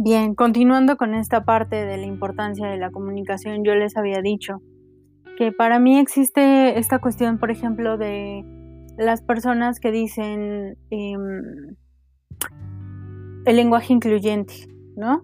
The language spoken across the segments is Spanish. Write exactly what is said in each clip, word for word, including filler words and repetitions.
Bien, continuando con esta parte de la importancia de la comunicación, yo les había dicho que para mí existe esta cuestión, por ejemplo, de las personas que dicen em, el lenguaje incluyente, ¿no?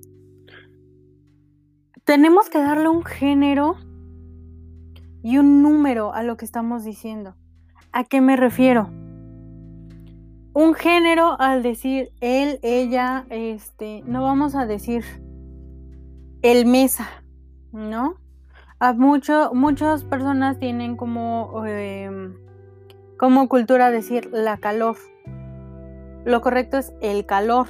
Tenemos que darle un género y un número a lo que estamos diciendo. ¿A qué me refiero? Un género al decir él, ella, este, no vamos a decir el mesa, ¿no? A mucho, muchas personas tienen como, eh, como cultura decir la calor. Lo correcto es el calor.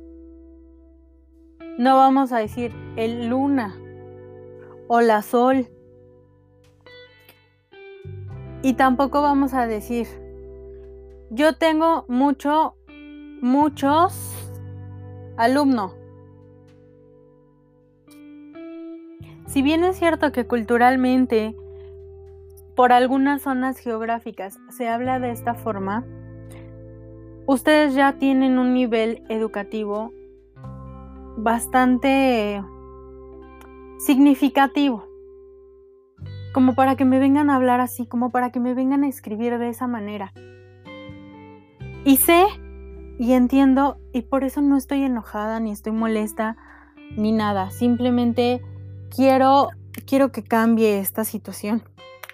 No vamos a decir el luna o la sol. Y tampoco vamos a decir yo tengo mucho, muchos alumnos. Si bien es cierto que culturalmente por algunas zonas geográficas se habla de esta forma, ustedes ya tienen un nivel educativo bastante significativo, como para que me vengan a hablar así, como para que me vengan a escribir de esa manera. Y sé y entiendo, y por eso no estoy enojada, ni estoy molesta, ni nada. Simplemente quiero, quiero que cambie esta situación.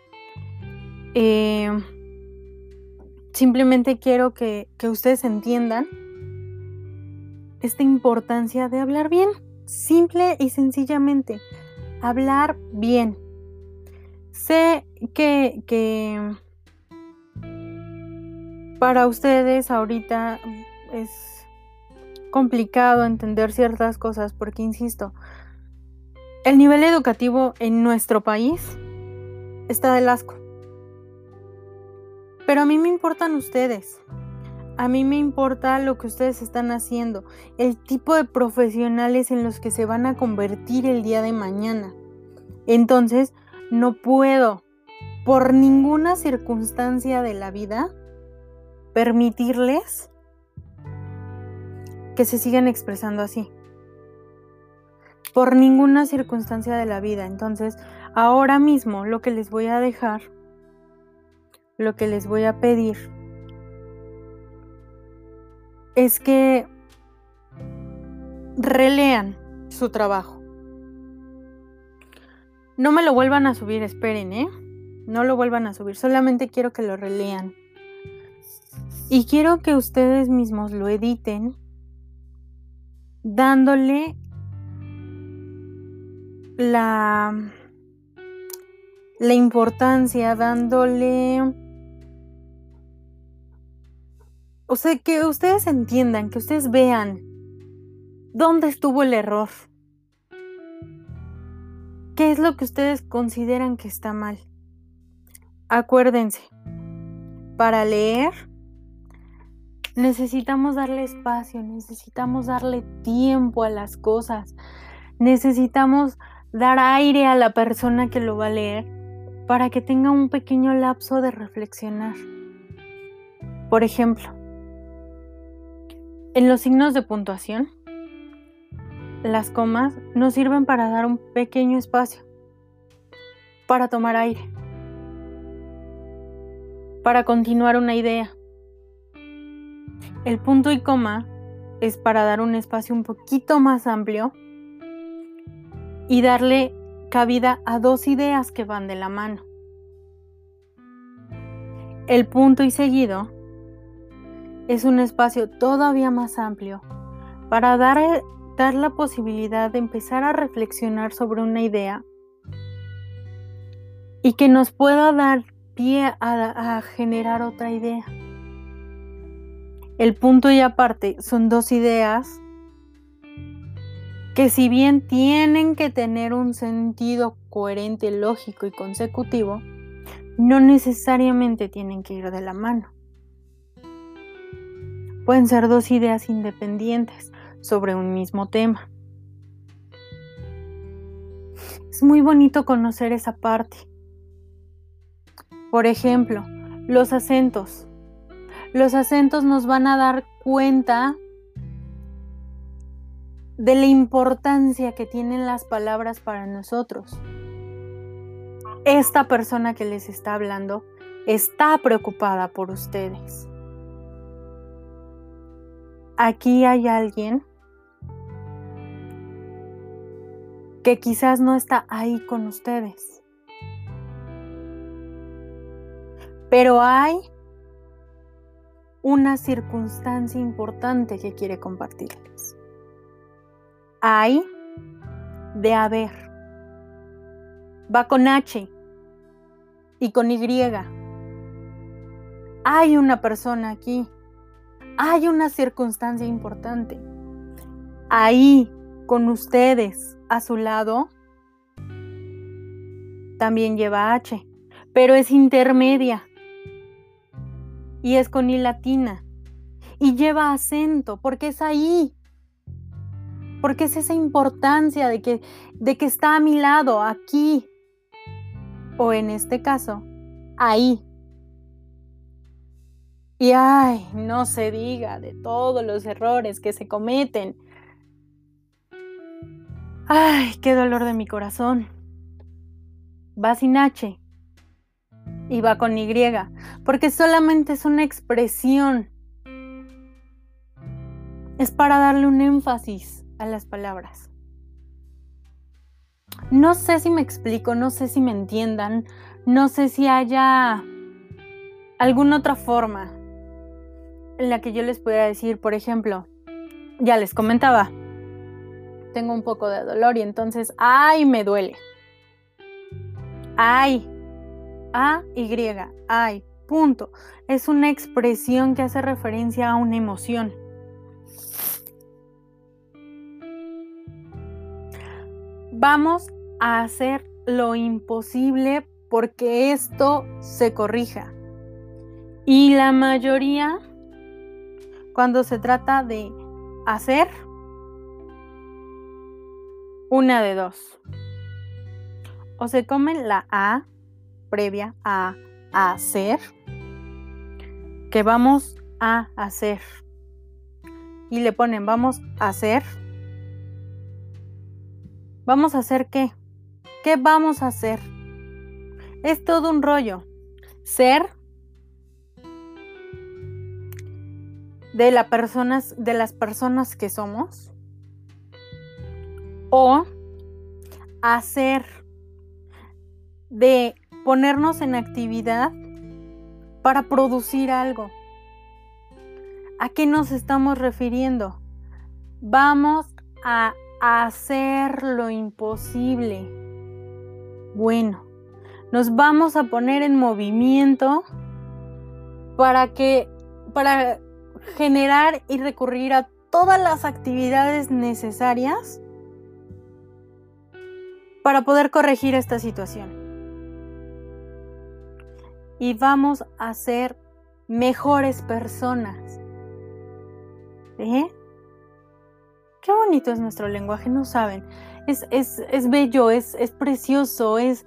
Eh, simplemente quiero que, que ustedes entiendan esta importancia de hablar bien. Simple y sencillamente, hablar bien. Sé que, que para ustedes ahorita es complicado entender ciertas cosas porque, insisto, el nivel educativo en nuestro país está del asco. Pero a mí me importan ustedes. A mí me importa lo que ustedes están haciendo, el tipo de profesionales en los que se van a convertir el día de mañana. Entonces, no puedo, por ninguna circunstancia de la vida, permitirles que se sigan expresando así. Por ninguna circunstancia de la vida. Entonces, ahora mismo lo que les voy a dejar, lo que les voy a pedir, es que relean su trabajo. No me lo vuelvan a subir, esperen, ¿eh? No lo vuelvan a subir, solamente quiero que lo relean. Y quiero que ustedes mismos lo editen dándole la, la importancia, dándole... O sea, que ustedes entiendan, que ustedes vean dónde estuvo el error. ¿Qué es lo que ustedes consideran que está mal? Acuérdense, para leer necesitamos darle espacio, necesitamos darle tiempo a las cosas, necesitamos dar aire a la persona que lo va a leer para que tenga un pequeño lapso de reflexionar. Por ejemplo, en los signos de puntuación, las comas nos sirven para dar un pequeño espacio, para tomar aire, para continuar una idea. El punto y coma es para dar un espacio un poquito más amplio y darle cabida a dos ideas que van de la mano. El punto y seguido es un espacio todavía más amplio para dar, dar la posibilidad de empezar a reflexionar sobre una idea y que nos pueda dar pie a, a generar otra idea. El punto y aparte son dos ideas que, si bien tienen que tener un sentido coherente, lógico y consecutivo, no necesariamente tienen que ir de la mano. Pueden ser dos ideas independientes sobre un mismo tema. Es muy bonito conocer esa parte. Por ejemplo, los acentos. Los acentos nos van a dar cuenta de la importancia que tienen las palabras para nosotros. Esta persona que les está hablando está preocupada por ustedes. Aquí hay alguien que quizás no está ahí con ustedes, pero hay una circunstancia importante que quiere compartirles. Hay de haber. Va con H y con Y. Hay una persona aquí. Hay una circunstancia importante. Ahí, con ustedes, a su lado, también lleva H, pero es intermedia. Y es con I latina. Y lleva acento, porque es ahí. Porque es esa importancia de que, de que está a mi lado, aquí. O en este caso, ahí. Y ay, no se diga de todos los errores que se cometen. Ay, qué dolor de mi corazón. Va sin H y va con Y, porque solamente es una expresión. Es para darle un énfasis a las palabras. No sé si me explico, no sé si me entiendan, no sé si haya alguna otra forma en la que yo les pudiera decir, por ejemplo, ya les comentaba, tengo un poco de dolor y entonces, ay, me duele. Ay, A, Y, ay, punto. Es una expresión que hace referencia a una emoción. Vamos a hacer lo imposible porque esto se corrija. Y la mayoría, cuando se trata de hacer, una de dos. O se comen la A previa a hacer, que vamos a hacer. Y le ponen vamos a hacer. ¿Vamos a hacer qué? ¿Qué vamos a hacer? Es todo un rollo. Ser de, la personas, de las personas que somos o hacer de ponernos en actividad para producir algo. ¿A qué nos estamos refiriendo? Vamos a hacer lo imposible. Bueno, nos vamos a poner en movimiento para que, para generar y recurrir a todas las actividades necesarias para poder corregir esta situación. Y vamos a ser mejores personas. ¿Eh? Qué bonito es nuestro lenguaje, no saben. Es, es, es bello, es, es precioso, es,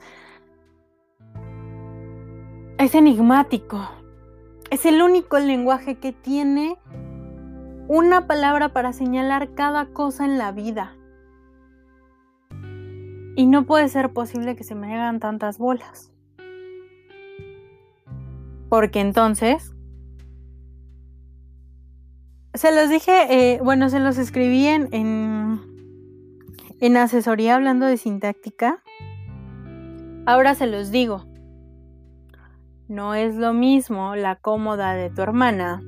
es enigmático. Es el único lenguaje que tiene una palabra para señalar cada cosa en la vida. Y no puede ser posible que se me hagan tantas bolas. Porque entonces, se los dije, eh, bueno, se los escribí en, en, en asesoría hablando de sintáctica. Ahora se los digo. No es lo mismo la cómoda de tu hermana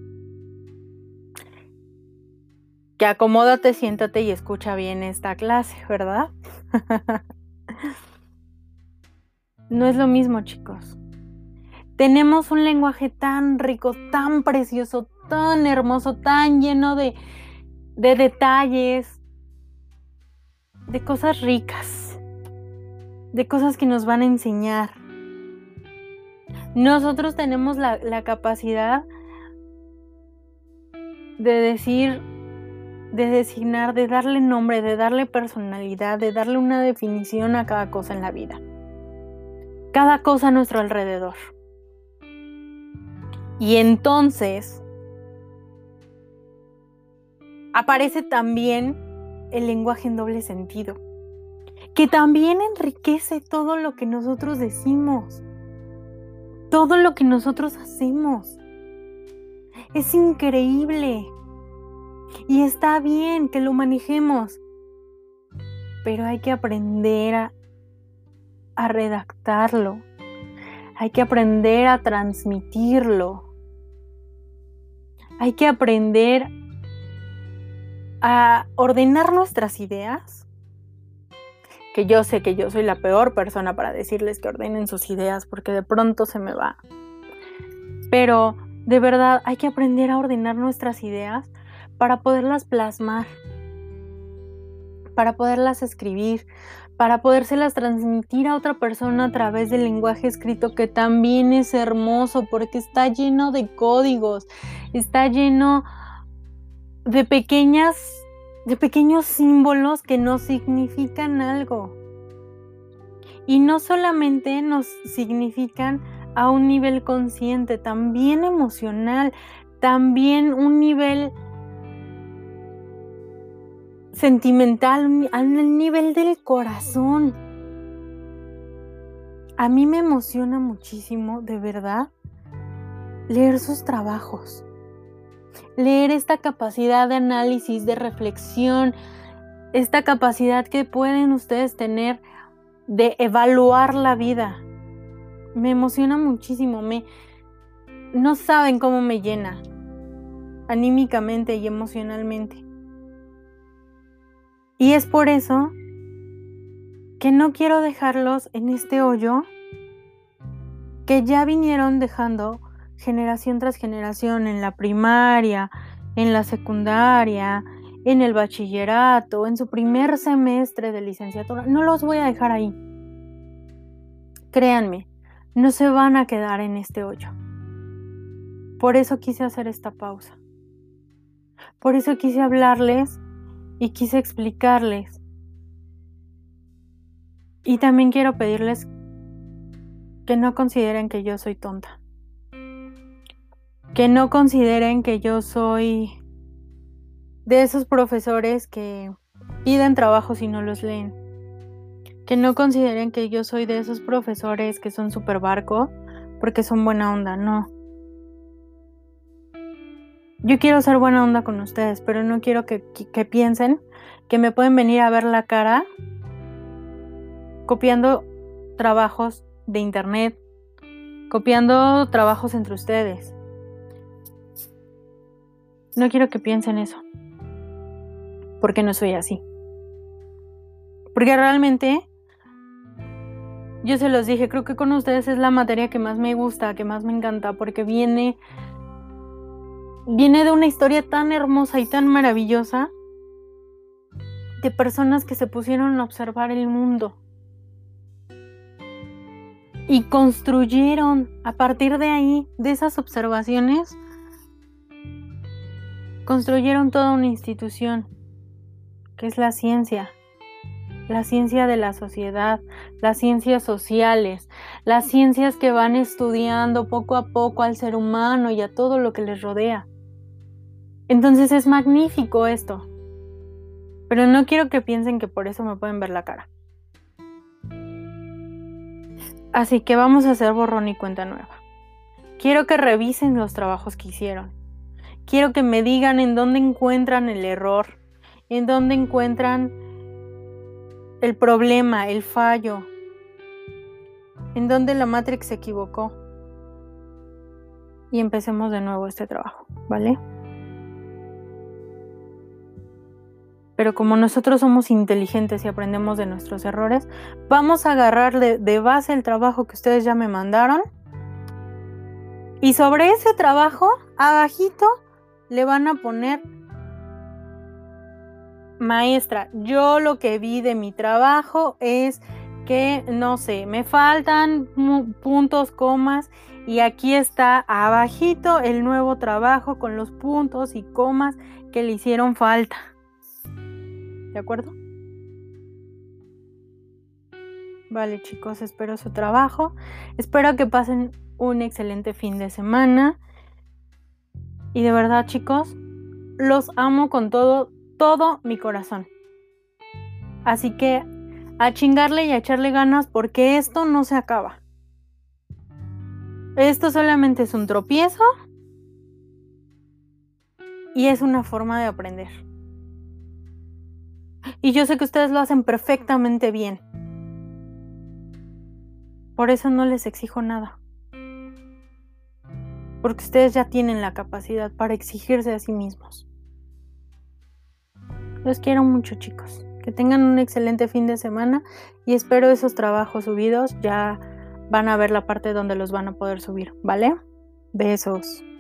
que acomódate, siéntate y escucha bien esta clase, ¿verdad? No es lo mismo, chicos. Tenemos un lenguaje tan rico, tan precioso, tan hermoso, tan lleno de, de detalles, de cosas ricas, de cosas que nos van a enseñar. Nosotros tenemos la, la capacidad de decir, de designar, de darle nombre, de darle personalidad, de darle una definición a cada cosa en la vida. Cada cosa a nuestro alrededor. Y entonces aparece también el lenguaje en doble sentido, que también enriquece todo lo que nosotros decimos, todo lo que nosotros hacemos. Es increíble y está bien que lo manejemos, pero hay que aprender a, a redactarlo, hay que aprender a transmitirlo, hay que aprender a ordenar nuestras ideas, que yo sé que yo soy la peor persona para decirles que ordenen sus ideas porque de pronto se me va, pero de verdad hay que aprender a ordenar nuestras ideas para poderlas plasmar, para poderlas escribir, para podérselas transmitir a otra persona a través del lenguaje escrito, que también es hermoso porque está lleno de códigos, está lleno de pequeñas, de pequeños símbolos que nos significan algo. Y no solamente nos significan a un nivel consciente, también emocional, también un nivel sentimental, al nivel del corazón. A mí me emociona muchísimo, de verdad, leer sus trabajos, leer esta capacidad de análisis, de reflexión, esta capacidad que pueden ustedes tener de evaluar la vida. Me emociona muchísimo, me no saben cómo me llena anímicamente y emocionalmente. Y es por eso que no quiero dejarlos en este hoyo que ya vinieron dejando generación tras generación en la primaria, en la secundaria, en el bachillerato, en su primer semestre de licenciatura. No los voy a dejar ahí. Créanme, no se van a quedar en este hoyo. Por eso quise hacer esta pausa. Por eso quise hablarles y quise explicarles. Y también quiero pedirles que no consideren que yo soy tonta. Que no consideren que yo soy de esos profesores que piden trabajos y no los leen. Que no consideren que yo soy de esos profesores que son súper barco porque son buena onda, no. Yo quiero ser buena onda con ustedes, pero no quiero que, que, que piensen que me pueden venir a ver la cara copiando trabajos de internet, copiando trabajos entre ustedes. No quiero que piensen eso, porque no soy así. Porque realmente, yo se los dije, creo que con ustedes es la materia que más me gusta, que más me encanta, porque viene, viene de una historia tan hermosa y tan maravillosa de personas que se pusieron a observar el mundo y construyeron a partir de ahí, de esas observaciones, construyeron toda una institución que es la ciencia, la ciencia de la sociedad, las ciencias sociales, las ciencias que van estudiando poco a poco al ser humano y a todo lo que les rodea. Entonces es magnífico esto, pero no quiero que piensen que por eso me pueden ver la cara. Así que vamos a hacer borrón y cuenta nueva. Quiero que revisen los trabajos que hicieron. Quiero que me digan en dónde encuentran el error, en dónde encuentran el problema, el fallo, en dónde la Matrix se equivocó. Y empecemos de nuevo este trabajo, ¿vale? Pero como nosotros somos inteligentes y aprendemos de nuestros errores, vamos a agarrar de, de base el trabajo que ustedes ya me mandaron. Y sobre ese trabajo, abajito, le van a poner: maestra, yo lo que vi de mi trabajo es que, no sé, me faltan puntos, comas, y aquí está abajito el nuevo trabajo con los puntos y comas que le hicieron falta. ¿De acuerdo? Vale, chicos, espero su trabajo. Espero que pasen un excelente fin de semana. Y de verdad, chicos, los amo con todo, todo mi corazón. Así que a chingarle y a echarle ganas porque esto no se acaba. Esto solamente es un tropiezo y es una forma de aprender. Y yo sé que ustedes lo hacen perfectamente bien. Por eso no les exijo nada. Porque ustedes ya tienen la capacidad para exigirse a sí mismos. Los quiero mucho, chicos. Que tengan un excelente fin de semana y espero esos trabajos subidos. Ya van a ver la parte donde los van a poder subir, ¿vale? Besos.